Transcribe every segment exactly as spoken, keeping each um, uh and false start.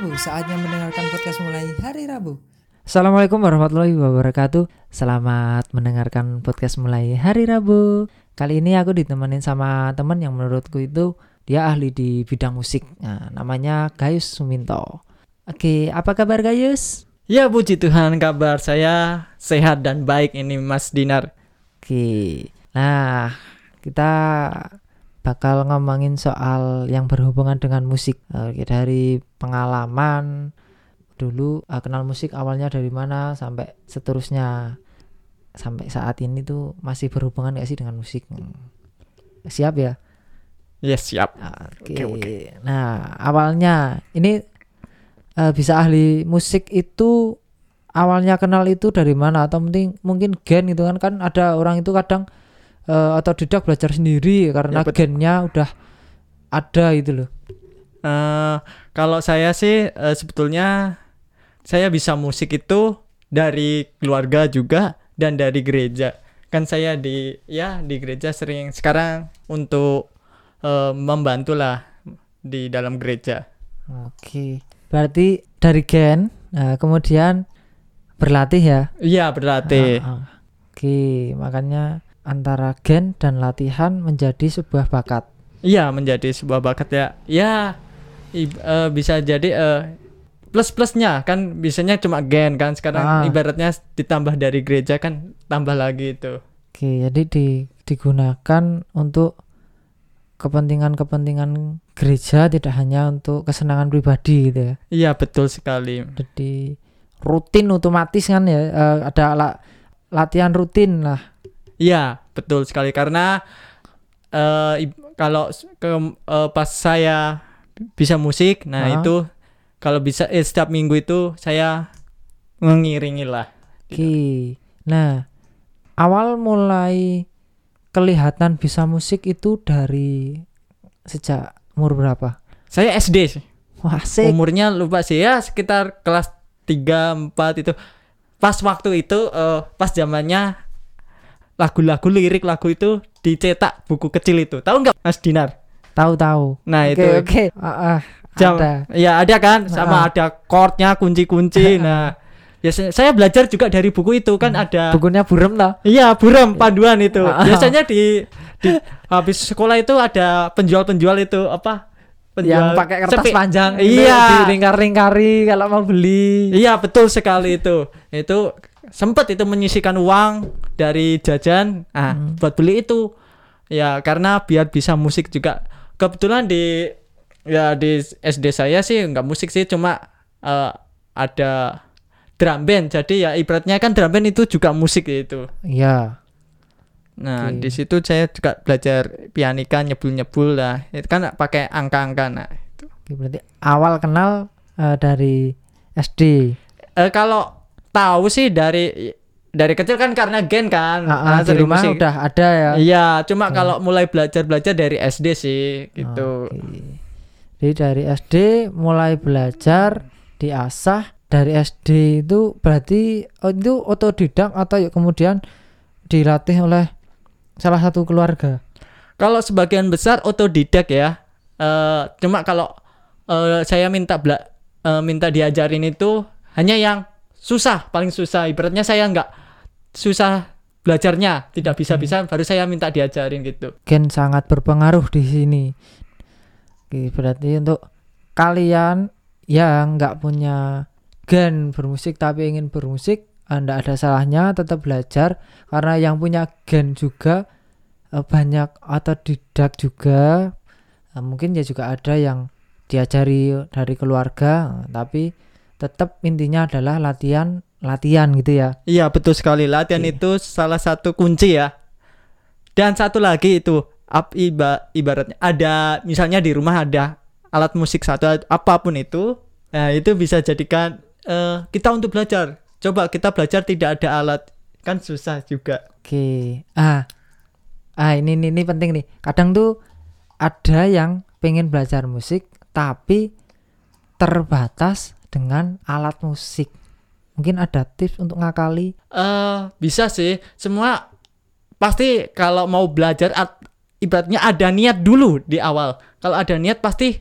Rabu, saatnya mendengarkan podcast mulai hari Rabu. Assalamualaikum warahmatullahi wabarakatuh. Selamat mendengarkan podcast mulai hari Rabu. Kali ini aku ditemenin sama teman yang menurutku itu dia ahli di bidang musik. Nah, namanya Gayus Suminto. Oke, apa kabar Gayus? Ya, puji Tuhan, kabar saya sehat dan baik ini Mas Dinar. Oke, nah kita bakal ngomongin soal yang berhubungan dengan musik. Oke, dari pengalaman dulu uh, kenal musik awalnya dari mana sampai seterusnya sampai saat ini tuh masih berhubungan gak sih dengan musik? Hmm. Siap ya? Yes, siap. Oke. Oke, oke. Nah, awalnya ini uh, bisa ahli musik itu awalnya kenal itu dari mana atau mungkin mungkin gen itu kan kan ada orang itu kadang uh, otodidak belajar sendiri karena Ya, gennya udah ada gitu loh. Uh, kalau saya sih uh, sebetulnya saya bisa musik itu dari keluarga juga dan dari gereja. Kan saya di ya di gereja sering sekarang untuk uh, membantu lah di dalam gereja. Oke. Berarti dari gen, nah, kemudian berlatih ya. Iya, berlatih. Ah, ah. Oke, makanya antara gen dan latihan menjadi sebuah bakat. Iya, menjadi sebuah bakat ya. Ya, i- uh, bisa jadi uh, plus-plusnya kan biasanya cuma gen kan, sekarang Ah. ibaratnya ditambah dari gereja kan tambah lagi itu. Oke, jadi di, digunakan untuk kepentingan-kepentingan gereja, tidak hanya untuk kesenangan pribadi gitu ya. Iya, betul sekali. Jadi rutin otomatis kan ya, eh, ada la- latihan rutin lah. Iya, betul sekali karena uh, i- kalau s- ke uh, pas saya bisa musik, nah Ah. itu kalau bisa eh, setiap minggu itu saya mengiringi lah. Oke. Nah, awal mulai kelihatan bisa musik itu dari sejak umur berapa? Saya S D sih. Wah, asik. Umurnya lupa sih ya, sekitar kelas tiga empat itu. Pas waktu itu uh, pas zamannya lagu-lagu lirik lagu itu dicetak buku kecil itu. Tahu nggak Mas Dinar? Tahu-tahu. Nah, Oke, itu oke. Ah, ah, jam ada. ya ada kan sama Ah. ada chordnya kunci-kunci. Nah, ya saya saya belajar juga dari buku itu kan ada. Bukunya burem toh? Iya, buram panduan itu. Ah. Biasanya di, di habis sekolah itu ada penjual-penjual itu apa? Yang pakai kertas sepi- panjang gitu, Iya. dilingkar-lingkari kalau mau beli. Iya, betul sekali itu. Itu sempat itu menyisihkan uang dari jajan ah Hmm. buat beli itu. Ya, karena biar bisa musik juga. Kebetulan di ya di S D saya sih nggak musik sih, cuma eh, ada drum band. Jadi ya ibaratnya kan drum band itu juga musik itu. Iya. Nah, Oke. di situ saya juga belajar pianika, nyebul-nyebul lah. Itu kan pakai angka-angka. Nah, itu. Oke, berarti awal kenal eh, dari S D. Eh, kalau tahu sih dari dari kecil kan karena gen kan. Ah, ah, Nah, di sering rumah musik. udah ada ya. Iya, cuma Oke. kalau mulai belajar-belajar dari S D sih gitu. Oke. Jadi dari S D mulai belajar, diasah. Dari S D itu berarti oh, itu otodidak atau ya kemudian dilatih oleh salah satu keluarga? Kalau sebagian besar otodidak ya. Eh, cuma kalau eh, saya minta bela- eh, minta diajarin itu hanya yang susah, paling susah. Ibaratnya saya nggak susah belajarnya, tidak bisa-bisa, baru saya minta diajarin gitu. Gen sangat berpengaruh di sini. Oke, berarti untuk kalian yang nggak punya gen bermusik tapi ingin bermusik, Anda ada salahnya tetap belajar karena yang punya gen juga eh, banyak otodidak juga. Eh, mungkin ya juga ada yang diajari dari keluarga, eh, tapi tetap intinya adalah latihan latihan gitu ya. Iya, betul sekali. Latihan Oke. itu salah satu kunci ya. Dan satu lagi itu ap- iba- ibaratnya ada misalnya di rumah ada alat musik satu apapun itu. Nah, itu bisa jadikan eh, kita untuk belajar. Coba kita belajar tidak ada alat kan susah juga. Oke. Ah. Ah, ini, ini ini penting nih. Kadang tuh ada yang pengen belajar musik tapi terbatas dengan alat musik. Mungkin ada tips untuk ngakali. Eh bisa sih. Semua pasti kalau mau belajar at- ibaratnya ada niat dulu di awal. Kalau ada niat pasti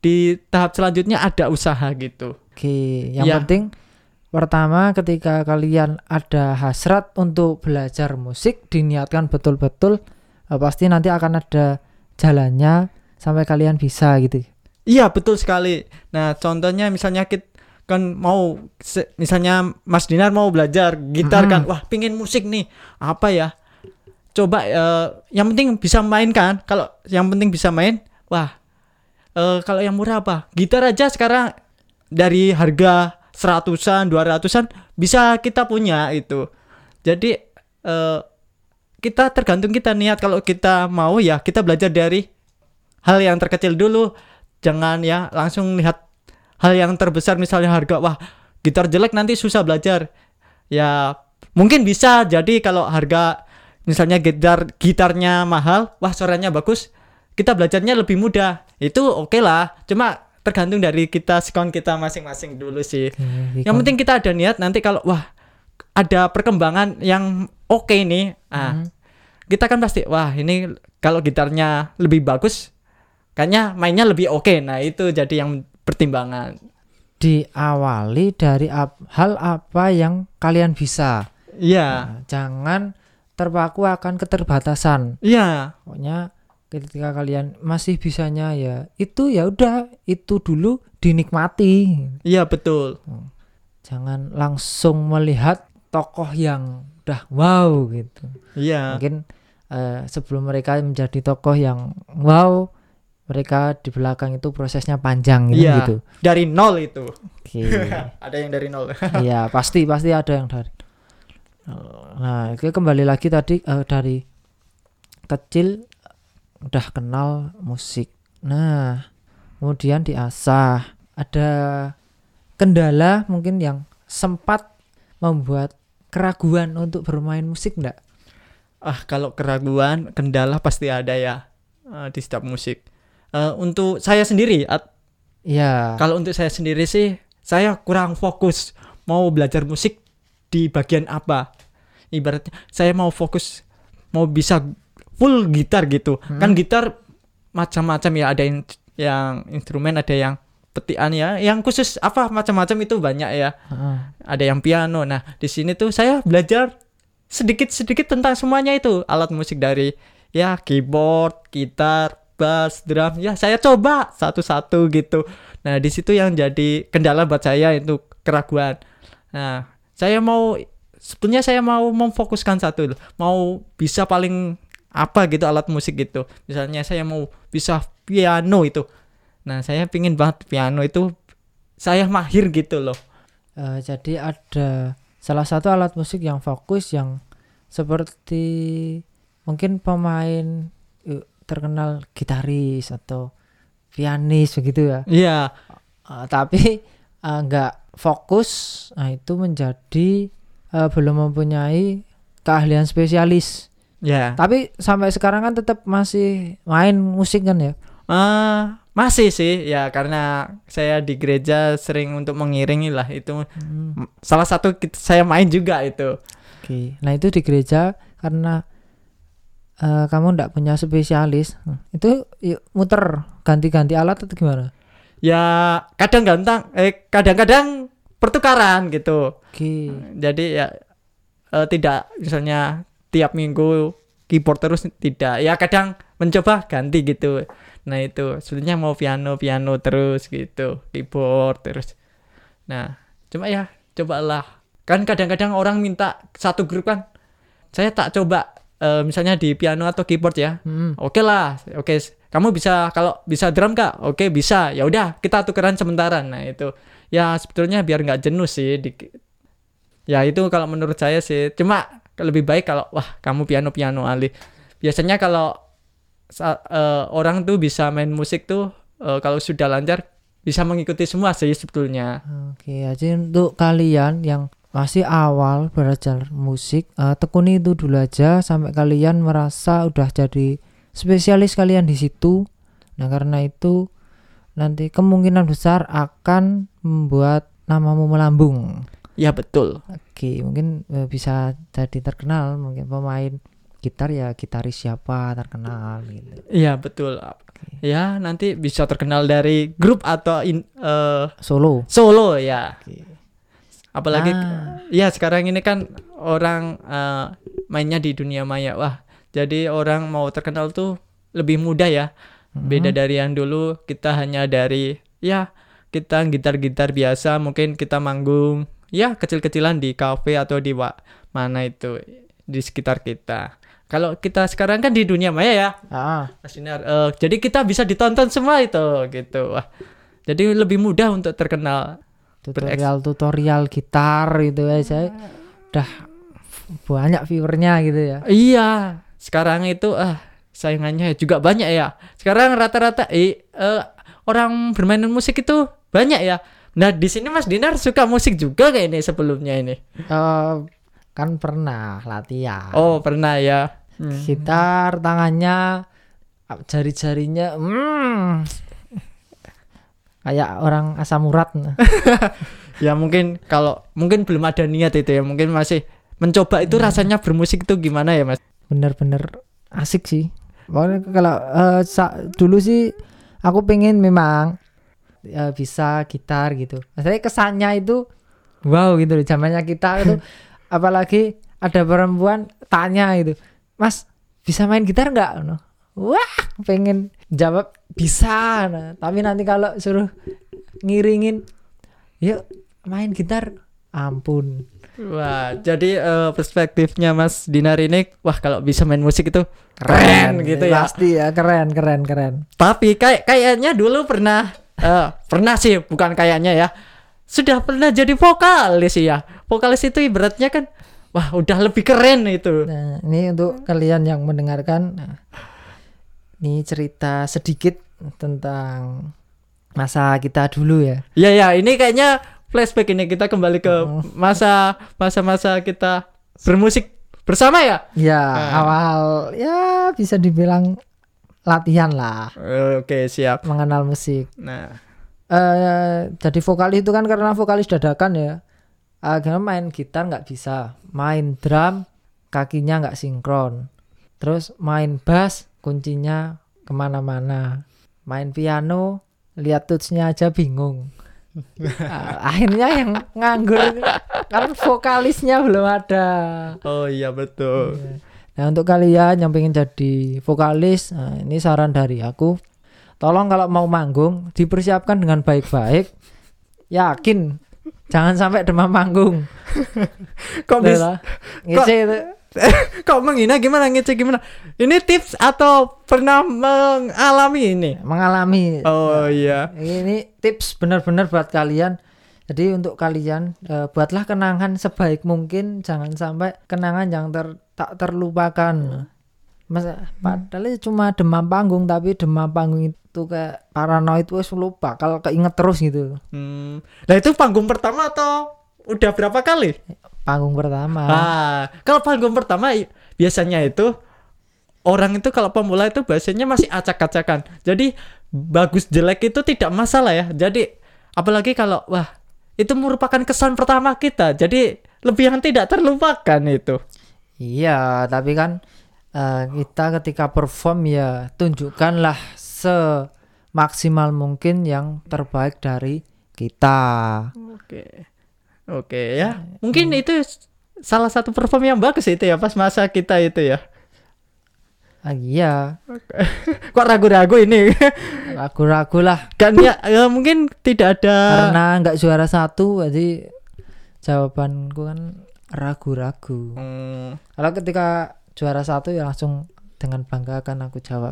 di tahap selanjutnya ada usaha gitu. Oke, yang Ya. penting pertama ketika kalian ada hasrat untuk belajar musik, diniatkan betul-betul, eh, pasti nanti akan ada jalannya sampai kalian bisa gitu. Iya betul sekali. Nah contohnya misalnya kita kan mau se- misalnya Mas Dinar mau belajar gitar kan, Mm-mm. wah pingin musik nih, apa ya? Coba eh, yang penting bisa main kan. Kalau yang penting bisa main, wah eh, kalau yang murah apa? Gitar aja sekarang dari harga seratusan, dua ratusan bisa kita punya itu. Jadi eh, kita tergantung kita niat. Kalau kita mau ya kita belajar dari hal yang terkecil dulu. Jangan ya langsung lihat hal yang terbesar, misalnya harga, wah gitar jelek nanti susah belajar. Ya mungkin bisa jadi kalau harga misalnya gitar gitarnya mahal, wah suaranya bagus, kita belajarnya lebih mudah. Itu oke lah. Cuma tergantung dari kita, skon kita masing-masing dulu sih. Oke, Yang penting kita ada niat, nanti kalau wah ada perkembangan yang oke nih, ah Mhm. kita kan pasti wah ini kalau gitarnya lebih bagus kayaknya mainnya lebih oke. Nah itu jadi yang pertimbangan. diawali dari ap- hal apa yang kalian bisa. Iya. Nah, jangan terpaku akan keterbatasan. Iya. Pokoknya ketika kalian masih bisanya ya itu ya udah itu dulu dinikmati. Iya betul. Jangan langsung melihat tokoh yang udah wow gitu. Iya. Mungkin eh, sebelum mereka menjadi tokoh yang wow, mereka di belakang itu prosesnya panjang gitu. Iya. gitu. Dari nol itu. Oke. Ada yang dari nol. Iya, pasti pasti ada yang dari. Nah, itu kembali lagi tadi eh, dari kecil udah kenal musik. Nah, kemudian diasah. Ada kendala mungkin yang sempat membuat keraguan untuk bermain musik enggak? Ah kalau keraguan, kendala pasti ada ya eh, di setiap musik. Eh, untuk saya sendiri, at- Iya. kalau untuk saya sendiri sih, saya kurang fokus mau belajar musik di bagian apa. Ibaratnya saya mau fokus, mau bisa full gitar gitu. Hmm. Kan gitar macam-macam ya, ada yang, yang instrumen, ada yang petian ya, yang khusus apa macam-macam itu banyak ya. Heeh. Ada yang piano. Nah di sini tuh saya belajar sedikit-sedikit tentang semuanya itu, alat musik dari ya keyboard, gitar, bass, drum, ya saya coba satu-satu gitu. Nah di situ yang jadi kendala buat saya itu keraguan. Nah saya mau sebetulnya saya mau memfokuskan satu, mau bisa paling apa gitu alat musik gitu. Misalnya saya mau bisa piano itu. Nah saya pingin banget piano itu saya mahir gitu loh. Eh, jadi ada salah satu alat musik yang fokus yang seperti mungkin pemain eh, terkenal gitaris atau pianis begitu ya. Iya. Eh, tapi eh, nggak fokus, nah itu menjadi eh, belum mempunyai keahlian spesialis. Ya. Tapi sampai sekarang kan tetap masih main musik kan ya. Ah, masih sih ya, karena saya di gereja sering untuk mengiringi lah itu. Hmm. M- salah satu kit- saya main juga itu. Oke, nah itu di gereja karena eh, kamu ndak punya spesialis, hmm, itu yuk, muter ganti-ganti alat atau gimana? Ya kadang-kadang eh kadang-kadang pertukaran gitu. Oke, Jadi ya eh, tidak misalnya tiap minggu keyboard terus, tidak. Ya kadang mencoba ganti gitu. Nah itu sebenarnya mau piano piano terus gitu, keyboard terus. Nah cuma ya cobalah. Kan kadang-kadang orang minta satu grup kan, saya tak coba eh, misalnya di piano atau keyboard ya. hmm. Oke lah, oke. Kamu bisa, kalau bisa drum kak? Oke bisa. Ya udah kita tukeran sementara. Nah itu ya sebetulnya biar nggak jenuh sih. Di, ya itu kalau menurut saya sih. Cuma lebih baik kalau wah kamu piano piano ahli. Biasanya kalau sa- eh, orang tuh bisa main musik tuh eh, kalau sudah lancar bisa mengikuti semua sih sebetulnya. Oke, jadi untuk kalian yang masih awal belajar musik, eh, tekuni itu dulu aja sampai kalian merasa udah jadi spesialis kalian di situ. Nah karena itu nanti kemungkinan besar akan membuat namamu melambung. Ya betul. Oke, mungkin eh, bisa jadi terkenal, mungkin pemain gitar ya gitaris siapa terkenal gitu. Iya betul. ya nanti bisa terkenal dari grup atau in, eh, Solo. solo ya. Apalagi Ah. ya sekarang ini kan orang eh, mainnya di dunia maya. Wah, jadi orang mau terkenal tuh lebih mudah ya. Beda dari yang dulu kita hanya dari ya kita gitar-gitar biasa, mungkin kita manggung ya kecil-kecilan di kafe atau di wa- mana itu di sekitar kita. Kalau kita sekarang kan di dunia maya ya. Ah. Mas Dinar, eh, jadi kita bisa ditonton semua itu gitu. Wah. Jadi lebih mudah untuk terkenal. Tutorial tutorial gitar gitu ya, saya udah banyak viewernya gitu ya. Iya, sekarang itu ah saingannya juga banyak ya. Sekarang rata-rata eh, eh, orang bermain musik itu banyak ya. Nah, di sini Mas Dinar suka musik juga kayak ini sebelumnya ini. Eh, kan pernah latihan. Oh, pernah ya. Hmm. Gitar tangannya, jari-jarinya, hmm, kayak orang asam urat. Ya mungkin kalau mungkin belum ada niat itu ya, mungkin masih mencoba itu rasanya bermusik itu gimana ya, Mas? Bener-bener asik sih. Pokoknya kalau eh, sa- dulu sih aku pengen memang eh, bisa gitar gitu. Maksudnya kesannya itu wow gitu loh, zamannya kita itu apalagi ada perempuan tanya itu, Mas bisa main gitar nggak? No. Wah pengen jawab bisa, nah, tapi nanti kalau suruh ngiringin, yuk main gitar, ampun. Wah, jadi eh, perspektifnya Mas Dinar ini, wah kalau bisa main musik itu keren, gitu ya. Pasti ya, keren keren keren. Tapi kayak kayaknya dulu pernah eh, pernah sih, bukan kayaknya ya. Sudah pernah jadi vokalis ya. Vokalis itu ibaratnya kan wah udah lebih keren itu. Nah, ini untuk kalian yang mendengarkan, nah, ini cerita sedikit tentang masa kita dulu ya. Iya ya, ini kayaknya flashback ini, kita kembali ke masa masa-masa kita bermusik bersama ya. Ya, Nah. awal ya bisa dibilang latihan lah Oke, siap. mengenal musik. Nah, Eh jadi vokalis itu kan karena vokalis dadakan ya. Akhirnya main gitar nggak bisa, main drum kakinya nggak sinkron, terus main bass kuncinya kemana-mana, main piano lihat tutsnya aja bingung. Ah, akhirnya yang nganggur kan vokalisnya belum ada. oh iya betul. Nah untuk kalian yang pengen jadi vokalis, nah, ini saran dari aku, tolong kalau mau manggung dipersiapkan dengan baik-baik, yakin jangan sampai demam panggung. Kok bisa? Ngece itu. Kok menghina gimana, ngecek gimana? Ini tips atau pernah mengalami ini? Mengalami. Oh iya. Ini tips benar-benar buat kalian. Jadi untuk kalian eh, buatlah kenangan sebaik mungkin, jangan sampai kenangan yang ter, tak terlupakan. Mas, padahal cuma demam panggung, tapi demam panggung itu kayak paranoid, wes lupa kalau keinget terus gitu. Hmm. Nah itu panggung pertama atau udah berapa kali? Panggung pertama. Ah, kalau panggung pertama i- biasanya itu orang itu kalau pemula itu biasanya masih acak-acakan. Jadi bagus jelek itu tidak masalah ya. Jadi apalagi kalau wah itu merupakan kesan pertama kita. Jadi lebih yang tidak terlupakan itu. Iya, tapi kan eh, kita ketika perform ya tunjukkanlah semaksimal mungkin yang terbaik dari kita. Oke. Oke ya. Mungkin itu s- salah satu perform yang bagus itu ya pas masa kita itu ya. Ah, iya, Kok ragu-ragu ini? ragu-ragu lah Kan ya, ya mungkin tidak ada. karena nggak juara satu, jadi jawabanku kan ragu-ragu. Hmm, Kalau ketika juara satu ya langsung dengan bangga akan aku jawab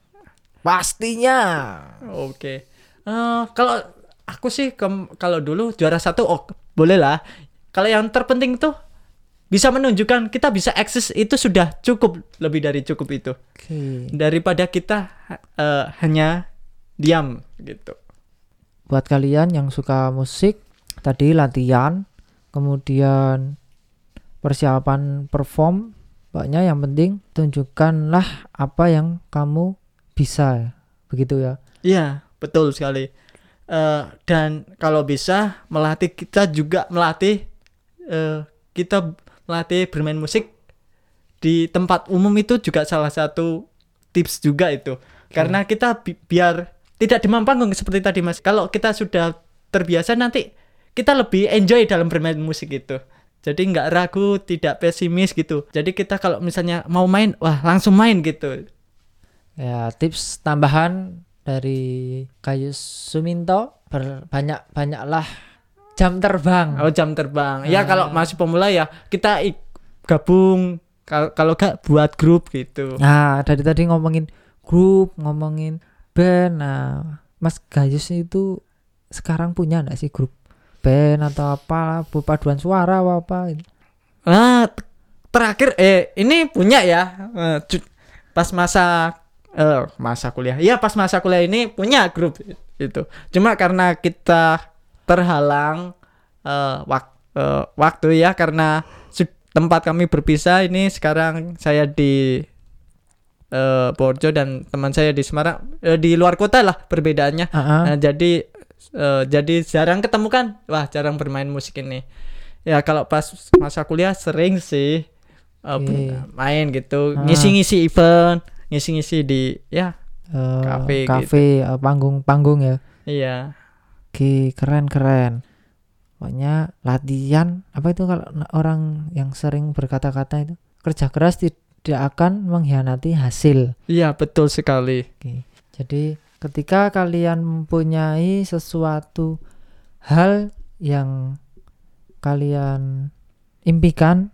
pastinya. Oke. Eh, kalau aku sih kem- kalau dulu juara satu oh, boleh lah. Kalau yang terpenting tuh bisa menunjukkan kita bisa eksis itu sudah cukup, lebih dari cukup itu. Oke. Daripada kita eh, hanya diam gitu. Buat kalian yang suka musik, tadi latihan, kemudian persiapan perform, pokoknya yang penting tunjukkanlah apa yang kamu bisa, begitu ya. Iya, betul sekali. Eh, dan kalau bisa melatih kita juga melatih eh, kita melatih bermain musik di tempat umum itu juga salah satu tips juga itu. Karena kita bi- biar tidak demam panggung seperti tadi Mas. Kalau kita sudah terbiasa nanti kita lebih enjoy dalam bermain musik itu. Jadi nggak ragu, tidak pesimis gitu. Jadi kita kalau misalnya mau main, wah langsung main gitu. Ya, tips tambahan dari Gayus Suminto, banyak banyaklah jam terbang. Oh, jam terbang. Ya Ah. kalau masih pemula ya kita ik- gabung. Kal- Kalau nggak buat grup gitu. Nah, dari tadi ngomongin grup, ngomongin band. Nah, Mas Gayus itu sekarang punya enggak sih grup band atau apa, paduan suara apa apa gitu? Ah, t- terakhir eh ini punya ya. Eh, cu- pas masa eh masa kuliah. Iya, pas masa kuliah ini punya grup itu. Cuma karena kita terhalang eh, wak- eh, waktu ya karena su- tempat kami berpisah. Ini sekarang saya di eh Borjo dan teman saya di Semarang, eh, di luar kota lah perbedaannya. Ah, Nah, jadi eh, jadi jarang ketemu kan. Wah, jarang bermain musik ini. Ya kalau pas masa kuliah sering sih eh, Oke. main gitu, Ah. ngisi-ngisi event, ngisi-ngisi di ya eh, Kafe kafe, eh, panggung-panggung ya. iya. Oke, keren-keren. Pokoknya latihan apa itu kalau na- orang yang sering berkata-kata itu, kerja keras tidak akan mengkhianati hasil. Iya, betul sekali. Oke. Jadi ketika kalian mempunyai sesuatu hal yang kalian impikan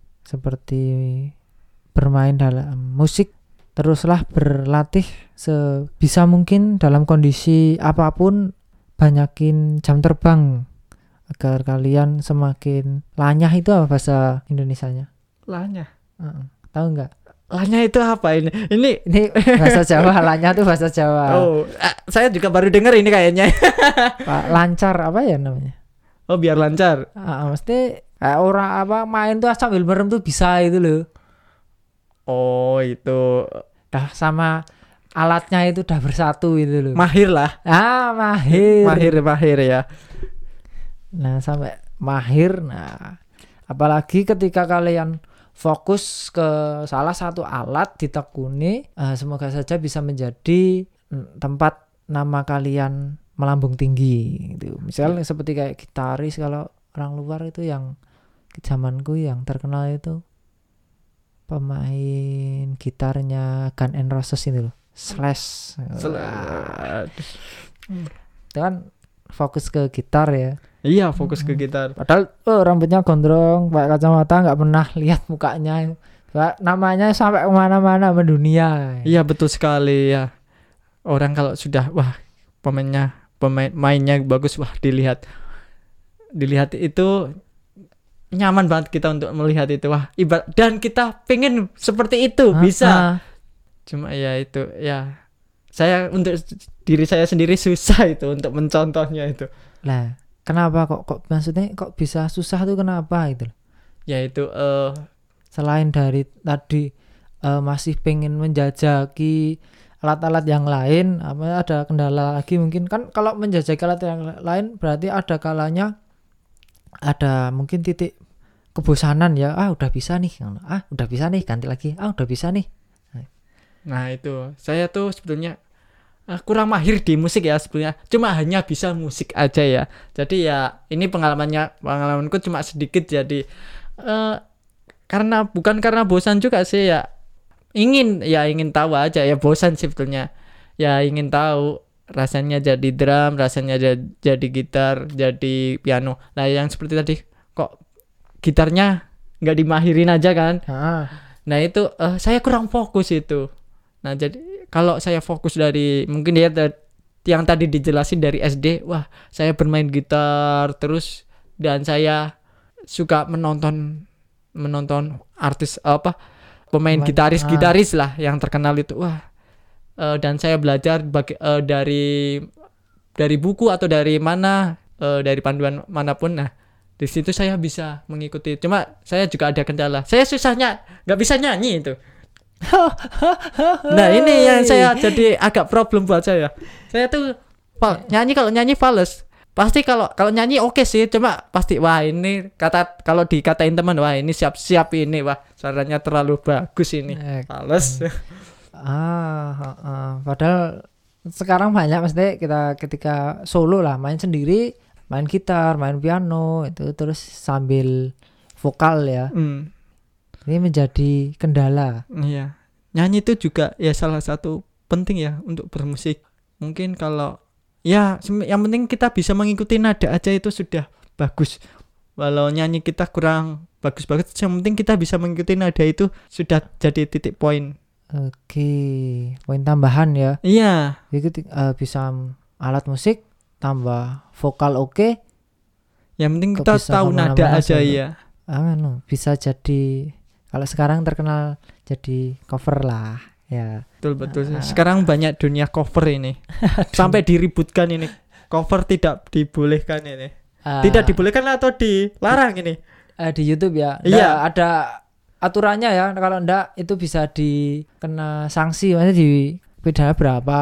seperti bermain dalam musik, teruslah berlatih sebisa mungkin dalam kondisi apapun, banyakin jam terbang agar kalian semakin lanyah. Itu apa bahasa Indonesianya? Lanya. Heeh. Tahu nggak? Lanya itu apa ini? Ini Ini bahasa Jawa, lanyah tuh bahasa Jawa. oh, eh, saya juga baru dengar ini kayaknya. Pak, lancar apa ya namanya? Oh, biar lancar. Ah, mesti kayak orang apa main tuh sambil merem tuh bisa itu loh. Oh, itu Dah sama alatnya itu udah bersatu itu loh. mahir lah. ah, mahir. Mahir, mahir ya. Nah, sampai mahir. Nah, apalagi ketika kalian fokus ke salah satu alat ditekuni, eh, semoga saja bisa menjadi mm, tempat nama kalian melambung tinggi gitu. Misalnya seperti kayak gitaris, kalau orang luar itu yang zamanku yang terkenal itu pemain gitarnya Guns N' Roses itu loh, Slash. Wah, itu kan fokus ke gitar ya. Iya, fokus ke gitar. Padahal oh, rambutnya gondrong, pakai kacamata, nggak pernah lihat mukanya. Pak, namanya sampai kemana-mana mendunia. Iya, betul sekali ya. Orang kalau sudah wah pemainnya pemain mainnya bagus, wah dilihat dilihat itu nyaman banget kita untuk melihat itu, wah ibarat dan kita pengen seperti itu. Ah, bisa. ah. Cuma ya itu ya saya untuk diri saya sendiri susah itu untuk mencontohnya itu. Lah, kenapa kok kok maksudnya kok bisa susah tuh kenapa itu? Ya itu eh Selain dari tadi eh, masih pengen menjajaki alat-alat yang lain, apa ada kendala lagi mungkin kan? Kalau menjajaki alat yang lain berarti ada kalanya ada mungkin titik kebosanan ya. Ah, udah bisa nih. Ah, udah bisa nih, ganti lagi. Ah, udah bisa nih. nah itu saya tuh sebetulnya eh, kurang mahir di musik ya sebetulnya. Cuma hanya bisa musik aja ya. Jadi ya ini pengalamannya pengalamanku cuma sedikit jadi eh karena bukan karena bosan juga sih ya. Ingin ya ingin tahu aja ya, bosan sih sebetulnya. Ya ingin tahu rasanya jadi drum, rasanya jadi, jadi gitar, jadi piano. Nah, yang seperti tadi kok gitarnya nggak dimahirin aja kan. Ah. Nah itu eh, saya kurang fokus itu. Nah jadi kalau saya fokus dari mungkin dia da- yang tadi dijelasin dari S D, wah saya bermain gitar terus dan saya suka menonton menonton artis apa pemain Pemain- gitaris ah. gitaris lah yang terkenal itu, wah eh, dan saya belajar bagi, eh, dari dari buku atau dari mana eh, dari panduan manapun. Nah di situ saya bisa mengikuti. Cuma saya juga ada kendala. Saya susahnya nggak bisa nyanyi itu. Nah ini yang saya jadi agak problem buat saya. Saya tuh pa- nyanyi kalau nyanyi fales. Pasti kalau kalau nyanyi oke sih. Cuma pasti wah ini kata kalau dikatain teman wah ini siap-siap ini wah suaranya terlalu bagus ini. Eh, Fales. Ah, ah, ah. Padahal sekarang banyak maksudnya kita ketika solo lah main sendiri, main gitar, main piano itu terus sambil vokal ya. Hmm, Ini menjadi kendala. iya. Nyanyi itu juga ya salah satu penting ya untuk bermusik. Mungkin kalau ya sem- yang penting kita bisa mengikuti nada aja itu sudah bagus. Walau nyanyi kita kurang bagus-bagus, yang penting kita bisa mengikuti nada itu sudah jadi titik poin. Oke, poin tambahan ya. Iya, Jadi eh, bisa alat musik tambah vokal oke, yang penting Kok kita bisa tahu nada kemana-mana aja solo? ya. ah, no, bisa jadi kalau sekarang terkenal jadi cover lah ya. Betul betul. Ah. Sekarang banyak dunia cover ini. Sampai diributkan ini. Cover tidak dibolehkan ini. Ah, Tidak dibolehkan atau dilarang ini. eh, di YouTube ya. Iya. Nggak ada aturannya ya. Kalau enggak itu bisa dikena sanksi, maksudnya di pidana berapa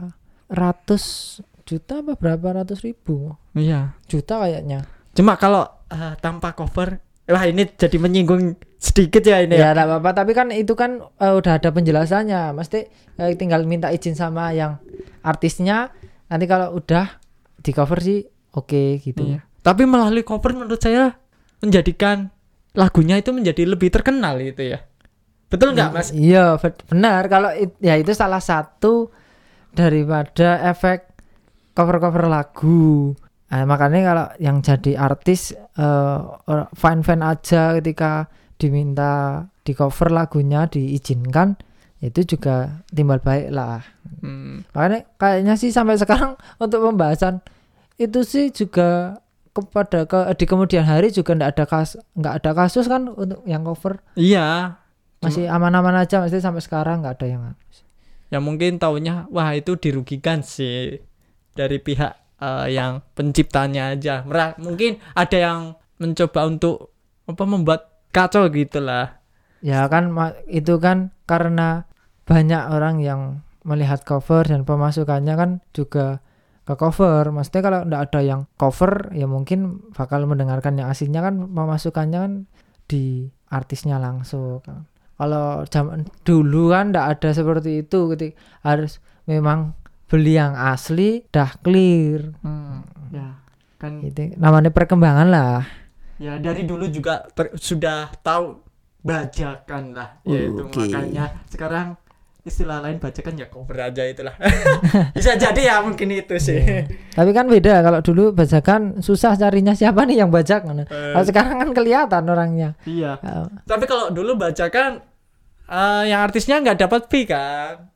ratus juta apa berapa ratus ribu Iya. juta kayaknya. Cuma kalau eh, tanpa cover, wah ini jadi menyinggung sedikit ya ini. Ya Ya. enggak apa-apa, tapi kan itu kan eh, udah ada penjelasannya. Mesti eh, tinggal minta izin sama yang artisnya. Nanti kalau udah di cover sih oke gitu. Iya. Tapi melalui cover menurut saya menjadikan lagunya itu menjadi lebih terkenal gitu ya. Betul nggak Mas? Iya, be- benar. Kalau it- ya itu salah satu daripada efek cover-cover lagu. Nah, makanya kalau yang jadi artis eh, or- fan-fan aja ketika diminta di cover lagunya diizinkan, itu juga timbal baik lah. Hmm. Makanya kayaknya sih sampai sekarang untuk pembahasan itu sih juga kepada ke, di kemudian hari juga nggak ada kas nggak ada kasus kan untuk yang cover, Iya. masih aman-aman aja, masih sampai sekarang nggak ada yang Ya mungkin taunya wah itu dirugikan sih dari pihak eh, yang penciptanya aja. Merah, mungkin ada yang mencoba untuk apa membuat kacau gitulah. ya kan. ma- itu kan karena banyak orang yang melihat cover dan pemasukannya kan juga ke cover. Maksudnya kalau nggak ada yang cover ya mungkin bakal mendengarkan yang aslinya kan, pemasukannya kan di artisnya langsung kan. Kalau zaman dulu kan nggak ada seperti itu, ketika harus memang beli yang asli dah clear. Hmm. Ya kan. Itu namanya perkembangan lah. Ya dari dulu juga ter- sudah tahu bajakan lah, yaitu Oke. makanya sekarang istilah lain bajakan ya cover aja itulah. Bisa jadi ya mungkin itu sih. Iya. Tapi kan beda, kalau dulu bajakan susah carinya siapa nih yang bajak. Eh, Kalau sekarang kan kelihatan orangnya. iya. Oh, Tapi kalau dulu bajakan eh, yang artisnya nggak dapat fee kan.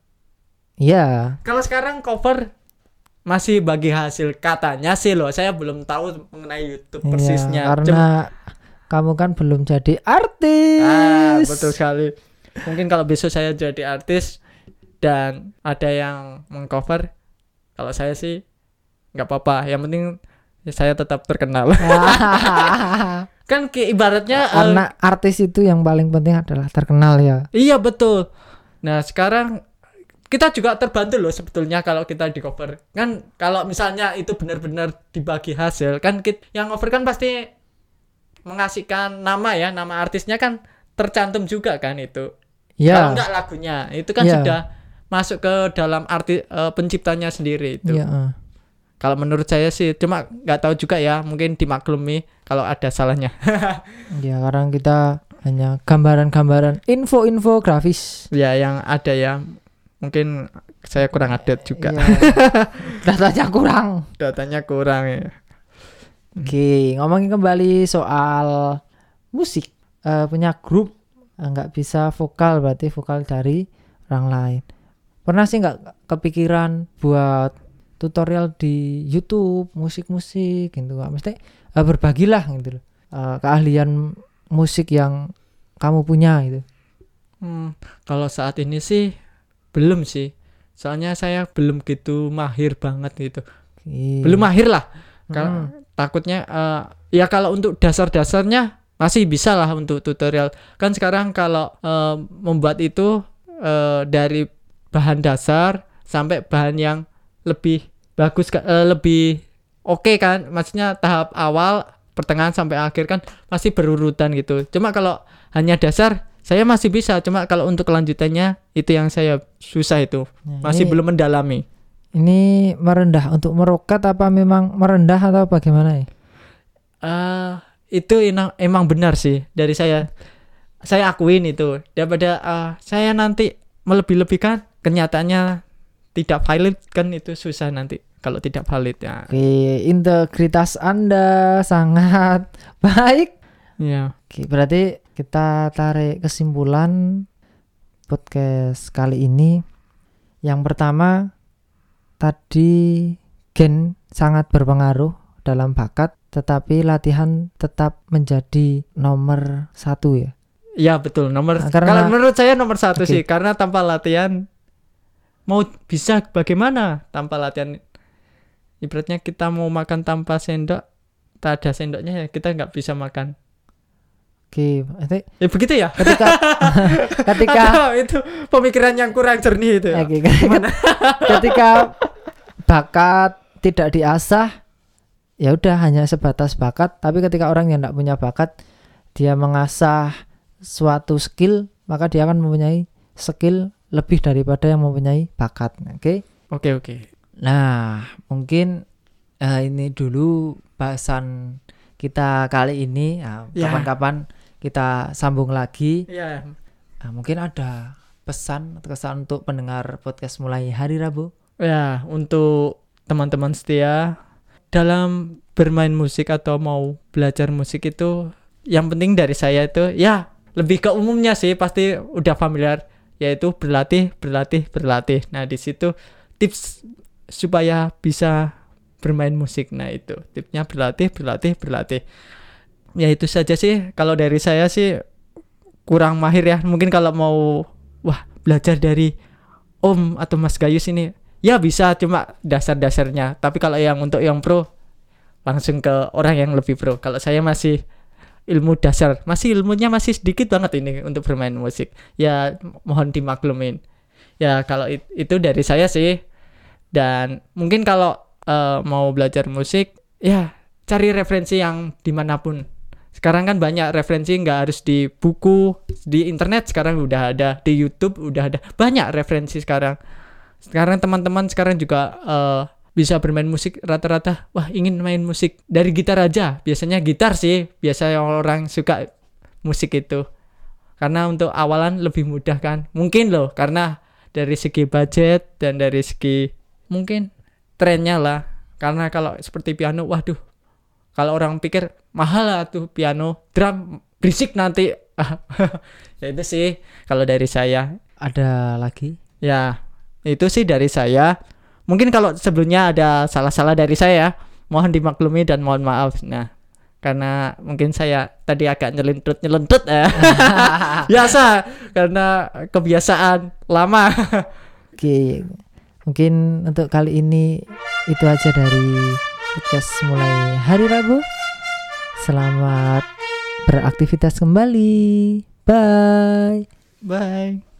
Iya. Kalau sekarang cover masih bagi hasil katanya sih loh. Saya belum tahu mengenai YouTube Iya, persisnya. karena Cuma- kamu kan belum jadi artis. ah betul sekali. Mungkin kalau besok saya jadi artis dan ada yang mengcover, kalau saya sih nggak apa-apa. Yang penting saya tetap terkenal. Kan kayak ibaratnya eh, Karena artis itu yang paling penting adalah terkenal ya. iya betul. Nah sekarang kita juga terbantu loh sebetulnya kalau kita di cover. Kan kalau misalnya itu benar-benar dibagi hasil, kan kit- yang cover kan pasti mengasihkan nama ya, nama artisnya kan tercantum juga kan itu. Kalau Iya. enggak lagunya, itu kan Iya. sudah masuk ke dalam arti eh, penciptanya sendiri itu. Iya. eh. Kalau menurut saya sih, cuma nggak tahu juga ya, mungkin dimaklumi kalau ada salahnya. Ya, karena kita hanya gambaran-gambaran, info-info grafis. Ya yang ada ya, mungkin saya kurang update juga. Iya. Datanya kurang. Datanya kurang ya. Oke, ngomongin kembali soal musik. Eh, punya grup eh, nggak bisa vokal, berarti vokal dari orang lain. Pernah sih nggak kepikiran buat tutorial di YouTube musik-musik gitu? Nggak mesti eh, berbagilah gitu loh. Eh, keahlian musik yang kamu punya gitu. Hmm, kalau saat ini sih belum sih. Soalnya saya belum gitu mahir banget gitu. Oke. Belum mahir lah. Kalau Hmm. takutnya eh, ya kalau untuk dasar-dasarnya masih bisa lah untuk tutorial. Kan sekarang kalau eh, membuat itu eh, dari bahan dasar sampai bahan yang lebih bagus ka- eh, lebih oke kan. Maksudnya tahap awal, pertengahan sampai akhir kan masih berurutan gitu. Cuma kalau hanya dasar saya masih bisa, cuma kalau untuk kelanjutannya itu yang saya susah itu, Nah, masih ini, belum mendalami. Ini merendah untuk merokat apa memang merendah atau bagaimana ya? Uh, itu emang, emang benar sih dari saya. Saya akuin itu. Daripada uh, saya nanti melebih-lebihkan, kenyataannya tidak valid kan, itu susah nanti kalau tidak valid ya. Oke, integritas Anda sangat baik. Ya. Oke, berarti kita tarik kesimpulan podcast kali ini. Yang pertama, tadi gen sangat berpengaruh dalam bakat, tetapi latihan tetap menjadi nomor satu ya. Ya betul, nomor Nah, karena, kalau menurut saya nomor satu okay. sih, karena tanpa latihan mau bisa bagaimana tanpa latihan? Ibaratnya kita mau makan tanpa sendok, tak ada sendoknya ya kita nggak bisa makan. Oke, okay. Ya begitu ya. Ketika ketika Atau itu pemikiran yang kurang jernih itu. Ya? Okay, ketika bakat tidak diasah, ya udah hanya sebatas bakat. Tapi ketika orang yang tidak punya bakat, dia mengasah suatu skill, maka dia akan mempunyai skill lebih daripada yang mempunyai bakat. Oke? Okay? Oke okay, oke. Okay. Nah, mungkin uh, ini dulu bahasan kita kali ini. Nah, ya. Kapan-kapan kita sambung lagi. Ya. Nah, mungkin ada pesan atau kesan untuk pendengar podcast mulai hari Rabu. Ya, untuk teman-teman setia dalam bermain musik atau mau belajar musik itu, yang penting dari saya itu ya lebih ke umumnya sih, pasti udah familiar, yaitu berlatih, berlatih, berlatih. Nah, di situ tips supaya bisa bermain musik. Nah, itu tipsnya berlatih, berlatih, berlatih. Ya itu saja sih. Kalau dari saya sih kurang mahir ya. Mungkin kalau mau wah belajar dari Om atau Mas Gayus ini, ya bisa, cuma dasar-dasarnya. Tapi kalau yang untuk yang pro, langsung ke orang yang lebih pro. Kalau saya masih ilmu dasar, masih ilmunya masih sedikit banget ini untuk bermain musik. Ya mohon dimaklumin. Ya kalau it, itu dari saya sih. Dan mungkin kalau uh, mau belajar musik, ya cari referensi yang dimanapun. Sekarang kan banyak referensi, nggak harus di buku, di internet sekarang udah ada, di YouTube udah ada, banyak referensi sekarang. Sekarang teman-teman sekarang juga uh, bisa bermain musik rata-rata, wah ingin main musik dari gitar aja, biasanya gitar sih, biasa orang suka musik itu. Karena untuk awalan lebih mudah kan, mungkin loh, karena dari segi budget dan dari segi mungkin trennya lah. Karena kalau seperti piano, waduh, kalau orang pikir mahal lah tuh piano, drum berisik nanti. Ya itu sih kalau dari saya. Ada lagi? Ya itu sih dari saya. Mungkin kalau sebelumnya ada salah-salah dari saya, mohon dimaklumi dan mohon maaf. Nah, karena mungkin saya tadi agak nyelentut-nyelentut ya. Biasa karena kebiasaan lama. Oke, mungkin untuk kali ini itu aja dari podcast mulai hari Rabu. Selamat beraktivitas kembali. Bye. Bye.